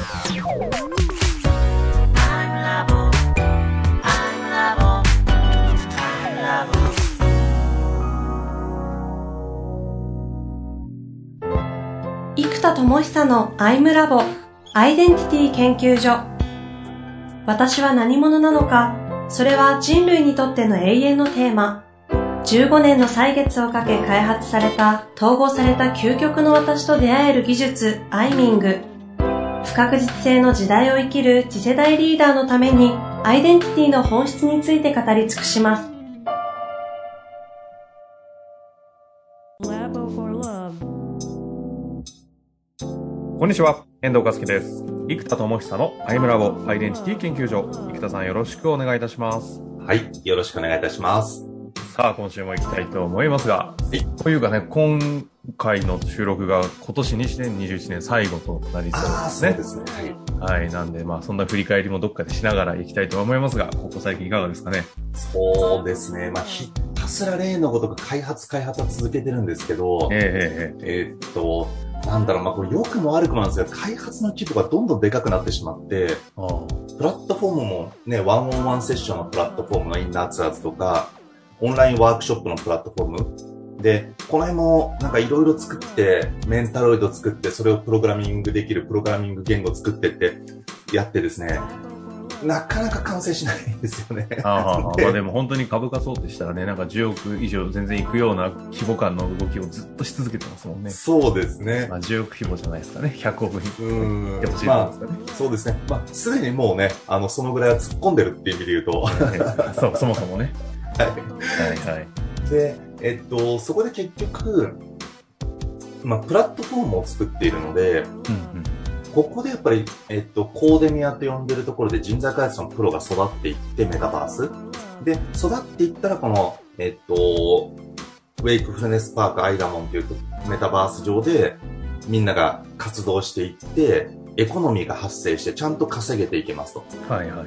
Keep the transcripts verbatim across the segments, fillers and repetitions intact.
生田智久のアイムラボアイデンティティ研究所。私は何者なのか、それは人類にとっての永遠のテーマ。じゅうごねんの歳月をかけ開発された統合された究極の私と出会える技術アイミング。不確実性の時代を生きる次世代リーダーのためにアイデンティティの本質について語り尽くします。 こんにちは、遠藤和樹です。生田智久のアイムラボアイデンティティ研究所。生田さんよろしくお願いいたします。 はい、よろしくお願いいたします。 さあ、今週も行きたいと思いますが、はい、というかね、今回の収録が今年にせんにじゅういちねん最後となりそうですね。 あ、そうですね。 はい。はい、なんでまあそんな振り返りもどっかでしながら行きたいと思いますが、ここ最近いかがですかね。 そうですね。まあひたすら例のごとく開発開発は続けてるんですけど、 えー、えー、 えー、っと。なんだろう、まあ、これ良くも悪くもなんですが、開発の規模がどんどんでかくなってしまって、あプラットフォームもね、ワンオンワンセッションのプラットフォームのインナーツアーズとか、オンラインワークショップのプラットフォームで、この辺もなんかいろいろ作って、メンタロイド作って、それをプログラミングできるプログラミング言語を作ってってやってですね、なかなか完成しないんですよね。 ああでまあでも本当に株価そうってしたらね、なんかじゅうおく以上全然いくような規模感の動きをずっとし続けてますもんね。 そうですね。 まあじゅうおく規模じゃないですかね。ひゃくおく規模うんってほしいですかね、まあ。そうですね。まあすでにもうね、あの、そのぐらいは突っ込んでるっていう意味で言うと。 そう、そもそもね。 はい。 はいはい。 で、えっと、そこで結局、まあプラットフォームを作っているので、うんうんここでやっぱり、えっと、コーデミアと呼んでるところで人材開発のプロが育っていって、メタバース。で、育っていったら、この、えっと、ウェイクフルネスパークアイダモンというメタバース上で、みんなが活動していって、エコノミーが発生して、ちゃんと稼げていけますと。 はいはいはい。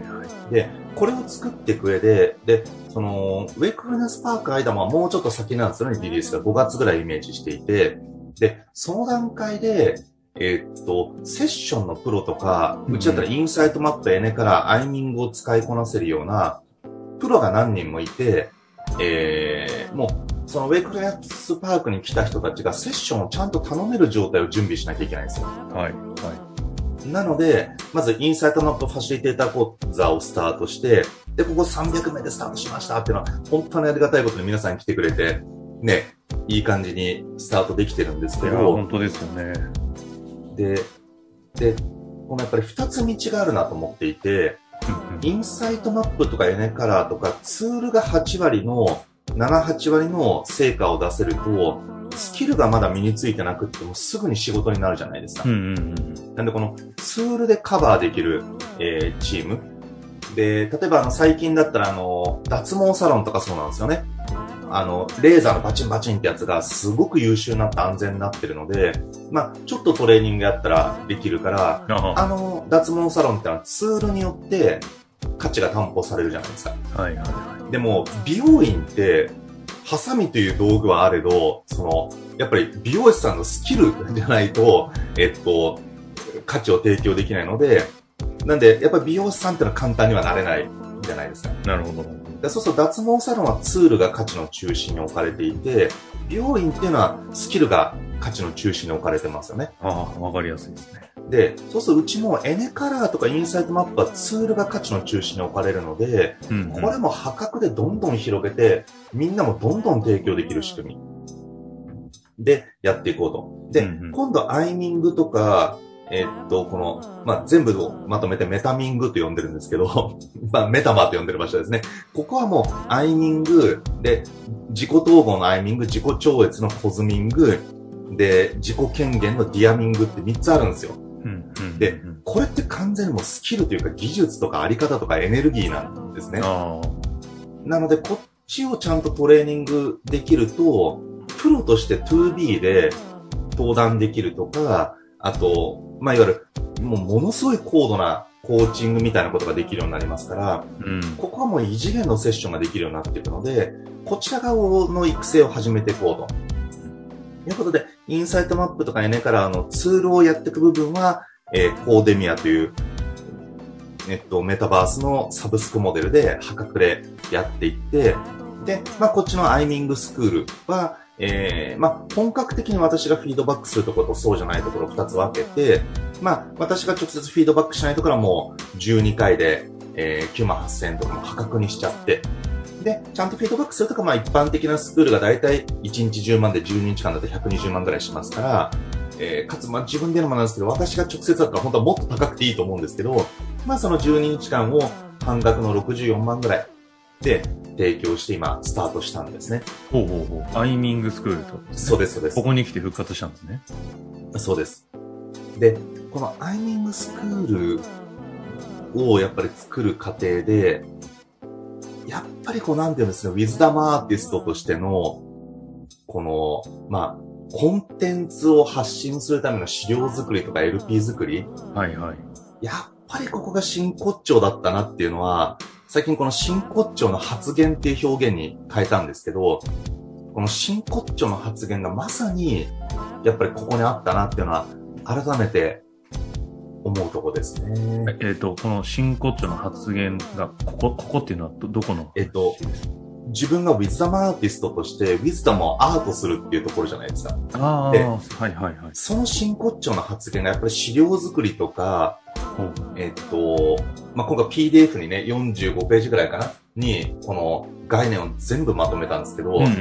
で、これを作っていく上で、で、その、ウェイクフルネスパークアイダモンはもうちょっと先なんですよね、リリースがごがつぐらいイメージしていて、で、その段階で、えー、っと、セッションのプロとか、うちだったらインサイトマップ、エネカラー、アイミングを使いこなせるような、プロが何人もいて、えー、もう、そのウェイクフルネスパークに来た人たちがセッションをちゃんと頼める状態を準備しなきゃいけないんですよ。 はい。はい。 なので、まずインサイトマップファシリテーター講座をスタートして、で、ここさんびゃくめいでスタートしましたっていうのは、本当にありがたいことに皆さん来てくれて、ね、いい感じにスタートできてるんですけど。いや、 本当ですよね。 で、で、このやっぱり二つ道があるなと思っていて、インサイトマップとかエネカラーとかツールがはちわりの、なな、はちわりの成果を出せると、スキルがまだ身についてなくってもすぐに仕事になるじゃないですか。うんうんうん、なんでこのツールでカバーできる、えー、チーム。で、例えばあの最近だったらあの、脱毛サロンとかそうなんですよね。あの、レーザーのバチンバチンってやつがすごく優秀になって安全になってるので、まあ、ちょっとトレーニングやったらできるから、あの、脱毛サロンってのはツールによって価値が担保されるじゃないですか。はいはいはい。でも、美容院って、ハサミという道具はあれど、その、やっぱり美容師さんのスキルじゃないと、えっと、価値を提供できないので、なんで、やっぱり美容師さんってのは簡単にはなれないじゃないですか。 なるほど。 そうすると脱毛サロンはツールが価値の中心に置かれていて、美容院っていうのはスキルが価値の中心に置かれてますよね。 ああ、わかりやすいですね。 で、そうするとうちもエネカラーとかインサイトマップはツールが価値の中心に置かれるので、うんうん、これも破格でどんどん広げて、みんなもどんどん提供できる仕組みでやっていこうと。で、うんうん、今度アイミングとか、えー、っと、この、まあ、全部をまとめてメタミングと呼んでるんですけど、まあ、メタマと呼んでる場所ですね。ここはもう、アイミングで、自己統合のアイミング、自己超越のコズミング、で、自己権限のディアミングってみっつあるんですよ。うんうん、で、これって完全にもうスキルというか技術とかあり方とかエネルギーなんですね。なので、こっちをちゃんとトレーニングできると、プロとして ツービー で登壇できるとか、あと、まあ、いわゆる、もうものすごい高度なコーチングみたいなことができるようになりますから、うん、ここはもう異次元のセッションができるようになっていくので、こちら側の育成を始めていこうと。ということで、インサイトマップとかエネカラーのツールをやっていく部分は、 えー、コーデミアという、えっと、メタバースのサブスクモデルで破格でやっていって、で、まあ、こっちのアイミングスクールは、えー、まあ、本格的に私がフィードバックするところとそうじゃないところをふたつ分けて、まあ、私が直接フィードバックしないところはもうじゅうにかいで、えー、きゅうまんはっせんえんとかも破格にしちゃって、で、ちゃんとフィードバックするとか、まあ、一般的なスクールがだいたいいちにちじゅうまんでじゅうににちかんだとひゃくにじゅうまんぐらいしますから、えー、かつ、まあ、自分で言うのもなんですけど、私が直接だったら本当はもっと高くていいと思うんですけど、まあ、そのじゅうににちかんを半額のろくじゅうよんまんぐらいで提供して今、スタートしたんですね。 ほうほうほう。アイミングスクールと、ね。 そうです、そうです。 ここに来て復活したんですね。 そうです。で、このアイミングスクールをやっぱり作る過程で、やっぱりこうなんていうんですか、ウィズダムアーティストとしての、この、まあ、コンテンツを発信するための資料作りとか エルピー 作り。 はいはい。 やっぱりここが真骨頂だったなっていうのは、最近この真骨頂の発言っていう表現に変えたんですけど、この真骨頂の発言がまさに、やっぱりここにあったなっていうのは、改めて思うとこですね。 えっ、ー、と、この真骨頂の発言が、ここ、ここっていうのは ど, どこのえっ、ー、と、自分がウィズダムアーティストとして、ウィズダムをアートするっていうところじゃないですか。 ああ、はいはいはい。 その真骨頂の発言がやっぱり資料作りとか、えっ、ー、と、まあ、今回 ピーディーエフ にね、よんじゅうごページぐらいかなに、この概念を全部まとめたんですけど、うんうんうん、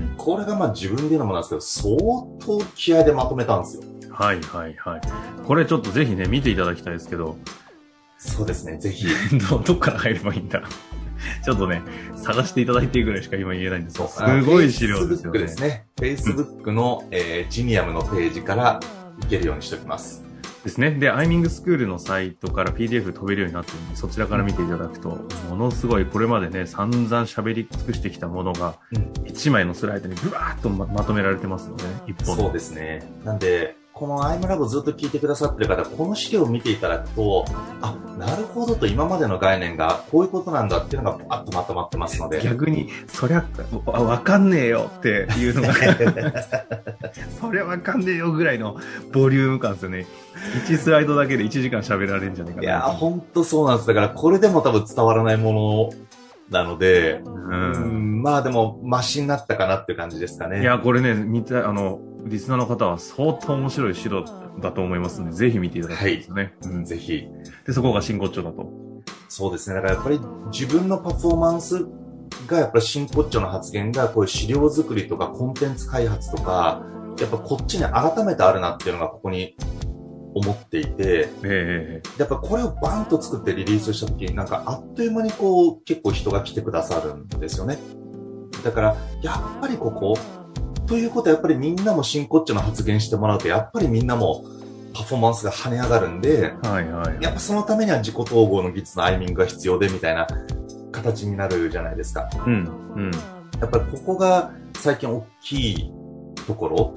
これがまあ自分で言うのもなんですけど、相当気合でまとめたんですよ。 はいはいはい。これちょっとぜひね、見ていただきたいですけど。 そうですね、ぜひ。 ど、どっから入ればいいんだちょっとね、探していただいてぐらいしか今言えないんですけど、すごい資料ですよね。 Facebook ですね。Facebook の、うんえー、ジニアムのページから行けるようにしておきます。 ですね。で、アイミングスクールのサイトから ピーディーエフ 飛べるようになってるので、そちらから見ていただくと、ものすごいこれまでね、散々喋り尽くしてきたものが、いちまいのスライドにブワーッと ま, まとめられてますのでね、一本。 そうですね。なんで、このアイムラボずっと聞いてくださってる方、この資料を見ていただくと、あ、なるほどと今までの概念がこういうことなんだっていうのがパッとまとまってますので。 逆に、そりゃ、わかんねえよっていうのが、そりゃわかんねえよぐらいのボリューム感ですよね。いちスライドだけでいちじかん喋られるんじゃないかな。 いや、ほんとそうなんです。だからこれでも多分伝わらないものなので、うん、うんまあでもマシになったかなっていう感じですかね。 いや、これね、見た、あの、リスナーの方は相当面白い資料だと思いますので、ぜひ見ていただきたいですね。 はい、うん、ぜひ。 で、そこが真骨頂だと。 そうですね。だからやっぱり自分のパフォーマンスがやっぱり真骨頂の発言がこういう資料作りとかコンテンツ開発とか、やっぱこっちに改めてあるなっていうのがここに思っていて、えー、やっぱこれをバンと作ってリリースした時になんかあっという間にこう結構人が来てくださるんですよね。だからやっぱりここということはやっぱりみんなも真骨頂の発言してもらうとやっぱりみんなもパフォーマンスが跳ね上がるんで、はいはい、やっぱそのためには自己統合の技術のアイミングが必要でみたいな形になるじゃないですか。うんうん、やっぱりここが最近大きいところ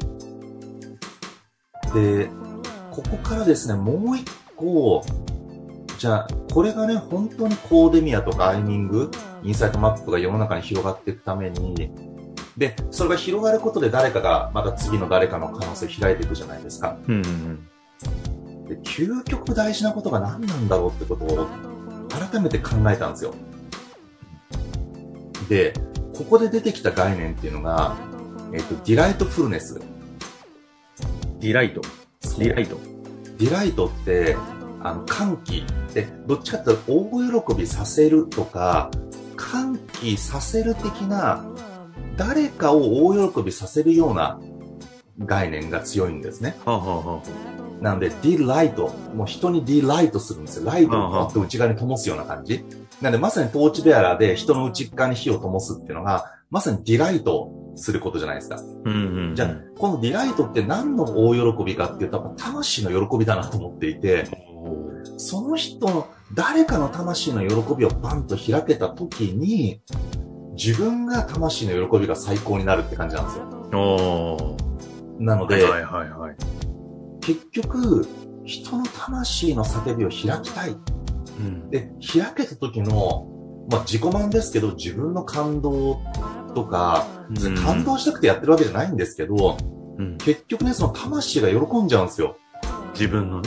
で、ここからですね、もう一個、じゃあ、これがね、本当にコーデミアとかアイミング、インサイトマップが世の中に広がっていくために、で、それが広がることで誰かが、また次の誰かの可能性を開いていくじゃないですか。うんうんうん、で、究極大事なことが何なんだろうってことを、改めて考えたんですよ。で、ここで出てきた概念っていうのが、えっと、ディライトフルネス。 ディライト。ディライト。 ディライトって、あの、歓喜で、どっちかっていうと、大喜びさせるとか、歓喜させる的な、誰かを大喜びさせるような概念が強いんですね。はあはあはあ、なので、ディライト、もう人にディライトするんですよ。ライトをパッと内側に灯すような感じ。なので、まさにトーチベアラーで人の内側に火を灯すっていうのが、まさにディライトすることじゃないですか。うんうんうん、じゃあ、このディライトって何の大喜びかっていうと、魂の喜びだなと思っていて、その人の、誰かの魂の喜びをバンと開けた時に、自分が魂の喜びが最高になるって感じなんですよ。おなので、はいはいはい、結局、人の魂の叫びを開きたい。うん、で、開けた時の、まあ、自己満ですけど、自分の感動とか、うん、感動したくてやってるわけじゃないんですけど、うん、結局ね、その魂が喜んじゃうんですよ。 自分のね。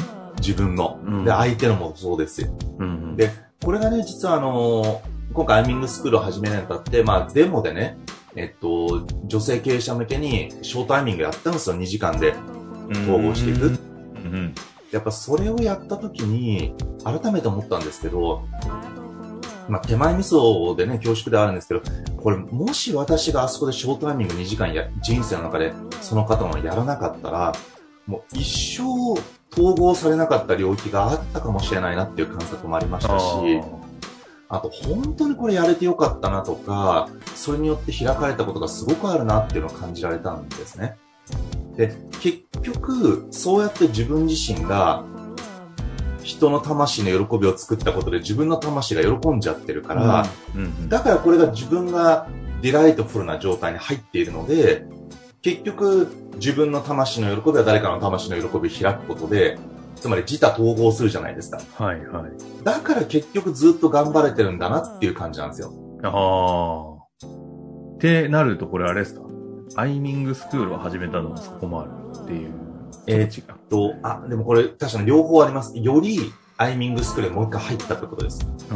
自分の。 うん、 で、相手のもそうですよ。 うんうん、 で、これがね、実はあのー、今回アイミングスクールを始めるにあたって、まあ、デモでね、えっと、女性経営者向けにショートアイミングやったんですよ、にじかんで統合していく。うんうん、やっぱそれをやった時に、改めて思ったんですけど、まあ、手前味噌でね、恐縮ではあるんですけど、これ、もし私があそこでショートアイミングにじかんや、人生の中でその方のやらなかったら、もう一生統合されなかった領域があったかもしれないなっていう感覚もありましたし、あと本当にこれやれてよかったなとか、それによって開かれたことがすごくあるなっていうのを感じられたんですね。で、結局、そうやって自分自身が人の魂の喜びを作ったことで自分の魂が喜んじゃってるから、うんうんうん、だからこれが自分がディライトフルな状態に入っているので、結局自分の魂の喜びは誰かの魂の喜びを開くことで、つまり自他統合するじゃないですか。 はいはい。 だから結局ずっと頑張れてるんだなっていう感じなんですよ。 ああ。ってなるとこれあれですか？アイミングスクールを始めたのはそこもあるっていう。 えー、っと、あ、でもこれ確かに両方あります。よりアイミングスクールにもう一回入ったってことです。うん、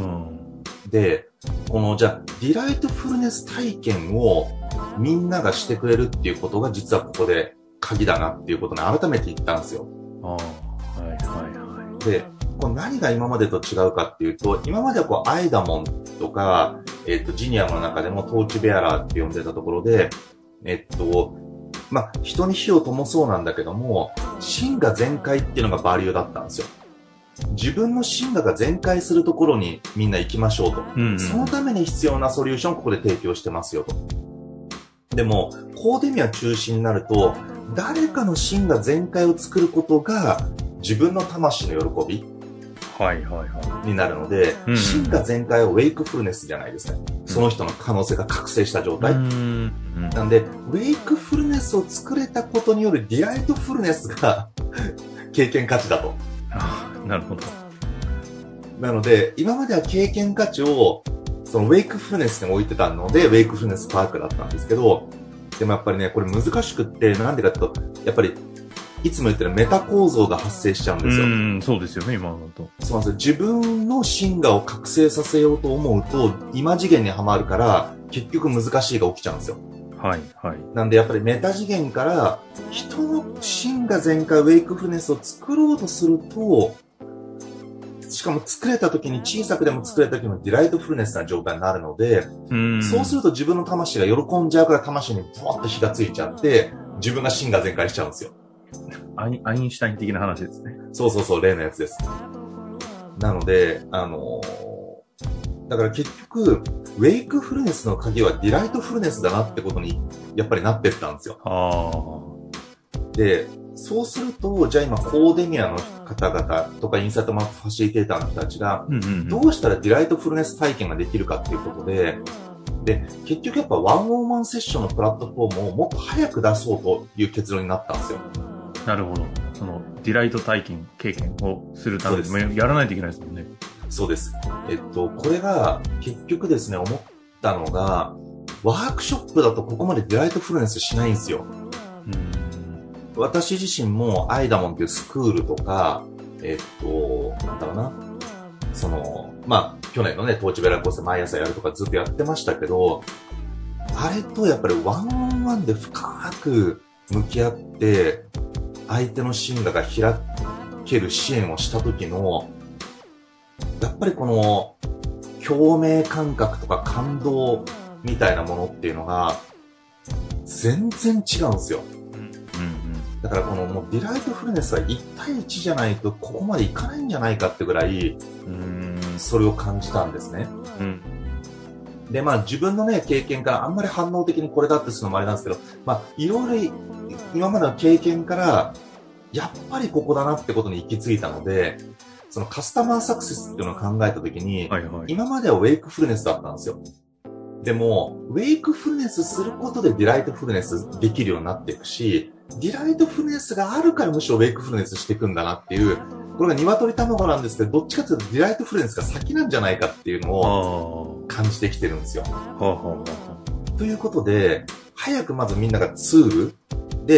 で、このじゃあディライトフルネス体験をみんながしてくれるっていうことが実はここで鍵だなっていうことに改めて言ったんですよ。ああ。はいはいはい。で、これ何が今までと違うかっていうと、今まではこうアイダモンとか、えっと、ジニアムの中でもトーチベアラーって呼んでたところで、えっと、まあ、人に火を灯そうなんだけども、真が全開っていうのがバリューだったんですよ。自分の真我が全開するところにみんな行きましょうと。うんうん、そのために必要なソリューションをここで提供してますよと。でも、コーデミア中心になると、誰かの真が全開を作ることが自分の魂の喜びはいはいはい。 になるので、うんうん、真が全開はウェイクフルネスじゃないですね。その人の可能性が覚醒した状態。うんうん、なんで、ウェイクフルネスを作れたことによるディライトフルネスが経験価値だと。 ああ、なるほど。 なので、今までは経験価値をそのウェイクフルネスに置いてたので、ウェイクフルネスパークだったんですけど、でもやっぱりね、これ難しくって、なんでかっていうと、やっぱり、いつも言ってるメタ構造が発生しちゃうんですよ。 うん、そうですよね、今のと。 そうなんですよ。自分の真我を覚醒させようと思うと、今次元にはまるから、結局難しいが起きちゃうんですよ。 はい、はい。 なんでやっぱりメタ次元から、人の真我全開ウェイクフルネスを作ろうとすると、しかも作れた時に小さくでも作れた時のディライトフルネスな状態になるので、うんそうすると自分の魂が喜んじゃうから魂にポワッと火がついちゃって、自分が真が全開しちゃうんですよ。 アイ、アインシュタイン的な話ですね。 そうそうそう、例のやつです。なので、あのー、だから結局、ウェイクフルネスの鍵はディライトフルネスだなってことに、やっぱりなってったんですよ。あで、そうすると、じゃあ今、コーデミアの方々とか、インサイトマップファシリテーターの人たちが、どうしたらディライトフルネス体験ができるかっていうことで、で、結局やっぱワンオンワンセッションのプラットフォームをもっと早く出そうという結論になったんですよ。 なるほど。その、ディライト体験、経験をするためにもやらないといけないですもんね。 そうです。えっと、これが結局ですね、思ったのが、ワークショップだとここまでディライトフルネスしないんですよ。うん私自身もアイダモンっていうスクールとか、えっと、なんだろうな。その、まあ、去年のね、トーチベラコースで毎朝やるとかずっとやってましたけど、あれとやっぱりワンオンワンで深く向き合って、相手の真我が開ける支援をした時の、やっぱりこの、共鳴感覚とか感動みたいなものっていうのが、全然違うんですよ。だからこのもうディライトフルネスはいち対いちじゃないとここまでいかないんじゃないかってぐらい、うーんそれを感じたんですね。うん、で、まあ自分のね、経験からあんまり反応的にこれだってするのもあれなんですけど、まあいろいろ今までの経験から、やっぱりここだなってことに行き着いたので、そのカスタマーサクセスっていうのを考えたときに、はいはい、今まではウェイクフルネスだったんですよ。でも、ウェイクフルネスすることでディライトフルネスできるようになっていくし、ディライトフルネスがあるからむしろウェイクフルネスしていくんだなっていう、これが鶏卵なんですけど、どっちかというとディライトフルネスが先なんじゃないかっていうのを感じてきてるんですよ。はあはあはあ、ということで、早くまずみんながツールで、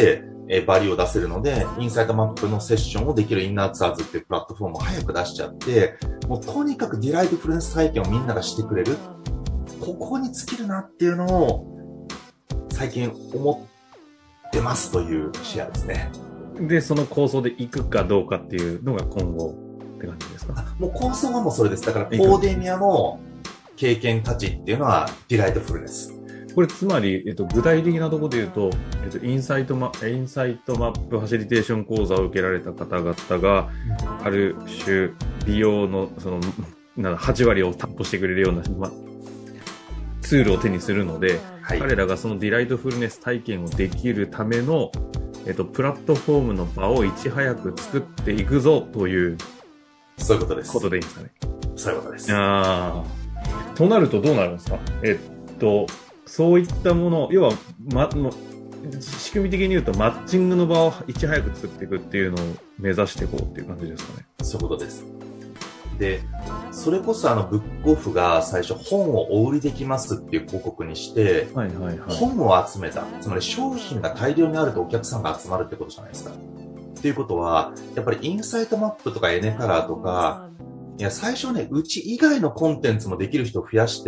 えー、バリューを出せるので、インサイトマップのセッションをできるインナーツアーズっていうプラットフォームを早く出しちゃって、もうとにかくディライトフルネス体験をみんながしてくれる。ここに尽きるなっていうのを、最近思ってますというシェアですね。 で、その構想で行くかどうかっていうのが今後って感じですか？ もう構想はもうそれです。だから、コーデミアの経験価値っていうのはディライトフルネス。 これつまり、えっと、具体的なところで言うと、えっと、インサイトマ、インサイトマップファシリテーション講座を受けられた方々が、うん、ある種、美容の、その、なんはち割を担保してくれるような、ま、ツールを手にするので、はい、彼らがそのディライトフルネス体験をできるための、えっと、プラットフォームの場をいち早く作っていくぞという、 そういうことです。 ことでいいんですかね。 そういうことです。 ああ。となるとどうなるんですか？えっと、そういったもの、要は、ま、も仕組み的に言うと、マッチングの場をいち早く作っていくっていうのを目指していこうっていう感じですかね。 そういうことです。で、それこそあの、ブックオフが最初本をお売りできますっていう広告にして、はいはいはい、本を集めた。つまり商品が大量にあるとお客さんが集まるってことじゃないですか。っていうことは、やっぱりインサイトマップとかエネカラーとか、いや、最初ね、うち以外のコンテンツもできる人を増やして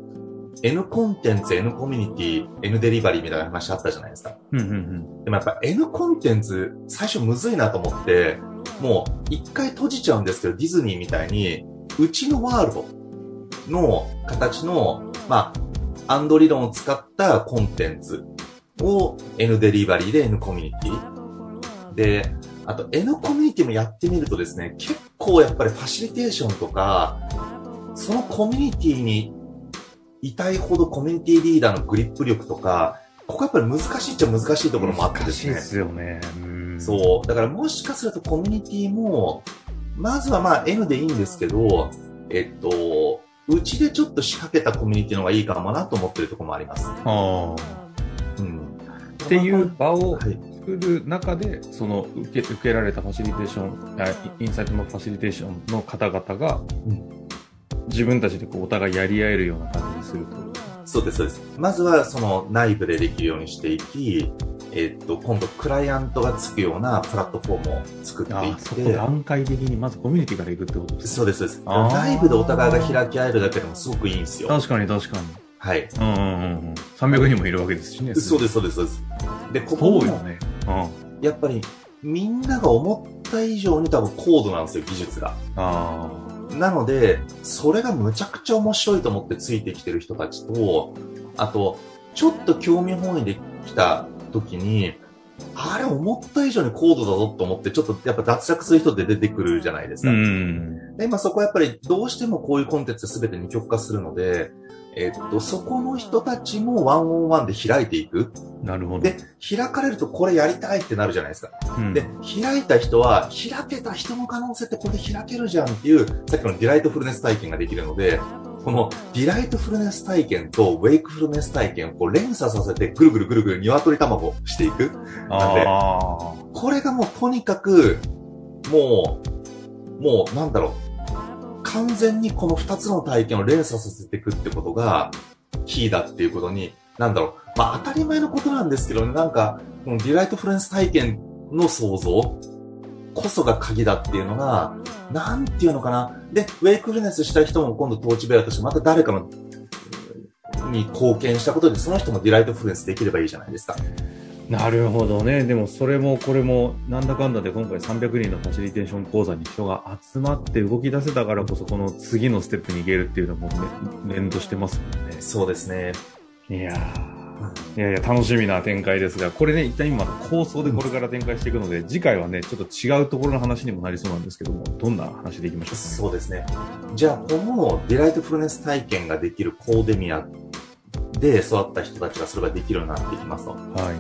、N コンテンツ、N コミュニティ、N デリバリーみたいな話あったじゃないですか。うんうんうん、でもやっぱ N コンテンツ、最初むずいなと思って、もう一回閉じちゃうんですけど、ディズニーみたいに、うちのワールドの形の、まあ、アンド理論を使ったコンテンツを N デリバリーで N コミュニティ。で、あと N コミュニティもやってみるとですね、結構やっぱりファシリテーションとか、そのコミュニティに痛いほどコミュニティリーダーのグリップ力とか、ここやっぱり難しいっちゃ難しいところもあってですね。 難しいですよね。うん、 そう。だからもしかするとコミュニティも、まずはまあ N でいいんですけど、えっと、うちでちょっと仕掛けたコミュニティの方がいいかもなと思ってるところもあります。あうん、っていう場を作る中で、はい、その受け、受けられたファシリテーション、インサイトのファシリテーションの方々が、うん自分たちでこうお互いやり合えるような感じにすると。 そうです、そうです。まずはその内部でできるようにしていき、えー、っと、今度クライアントがつくようなプラットフォームを作っていって。 そこ段階的にまずコミュニティからいくってことですか？ そうです、そうです。内部でお互いが開き合えるだけでもすごくいいんですよ。 確かに確かに。 はい。 うんうんうん。さんびゃくにんもいるわけですしね。 そうです、そうです、そうです。で、ここも、そうよね。うん。やっぱりみんなが思った以上に多分高度なんですよ、技術が。ああ。なので、それがむちゃくちゃ面白いと思ってついてきてる人たちと、あと、ちょっと興味本位で来た時に、あれ思った以上に高度だぞと思って、ちょっとやっぱ脱落する人って出てくるじゃないですか。うんで今そこはやっぱりどうしてもこういうコンテンツすべて二極化するので、えっと、そこの人たちもワンオンワンで開いていく。 なるほど。 で、開かれるとこれやりたいってなるじゃないですか。うん、で、開いた人は、開けた人の可能性ってこれで開けるじゃんっていう、さっきのディライトフルネス体験ができるので、このディライトフルネス体験とウェイクフルネス体験をこう連鎖させてぐるぐるぐるぐる鶏卵していく。なんで、これがもうとにかく、もう、もうなんだろう。完全にこの二つの体験を連鎖させていくってことがキーだっていうことに、なんだろう。まあ当たり前のことなんですけど、ね、なんか、このディライトフルネス体験の創造こそが鍵だっていうのが、なんていうのかな。で、ウェイクフルネスした人も今度トーチベアとしてまた誰かのに貢献したことで、その人もディライトフルネスできればいいじゃないですか。 なるほどね。でもそれもこれもなんだかんだで今回さんびゃくにんのファシリテーション講座に人が集まって動き出せたからこそこの次のステップに行けるっていうのも連動してますもんね。 そうですね。 いやー、いやいや楽しみな展開ですが、これね一旦今の構想でこれから展開していくので、次回はねちょっと違うところの話にもなりそうなんですけども、どんな話でいきましょうかね。 そうですね。じゃあこのディライトフルネス体験ができるコーデミアで育った人たちがそれができるようになっていきますと。はい。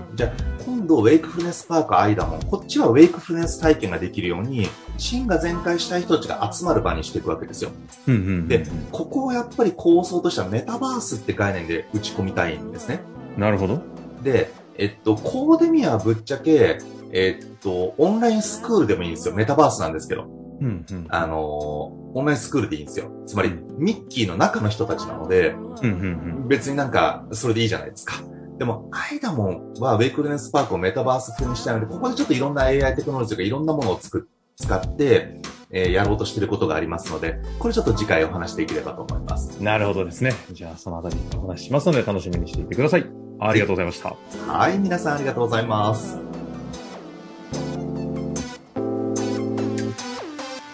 じゃあ、今度、ウェイクフルネスパークアイダモン。こっちはウェイクフルネス体験ができるように、芯が全開したい人たちが集まる場にしていくわけですよ。うんうんうん、で、ここをやっぱり構想としてはメタバースって概念で打ち込みたいんですね。 なるほど。 で、えっと、コーデミアはぶっちゃけ、えっと、オンラインスクールでもいいんですよ。メタバースなんですけど。うんうん、あのー、オンラインスクールでいいんですよ。つまり、ミッキーの中の人たちなので、うんうんうん、別になんか、それでいいじゃないですか。 でも、アイダモンはウェイクルネスパークをメタバース風にしたので、ここでちょっといろんな エーアイ テクノロジーとかいろんなものをつく使って、えー、やろうとしていることがありますので、これちょっと次回お話できればと思います。 なるほどですね。じゃあ、そのあたりお話ししますので、楽しみにしていてください。ありがとうございました。 はい、皆さんありがとうございます。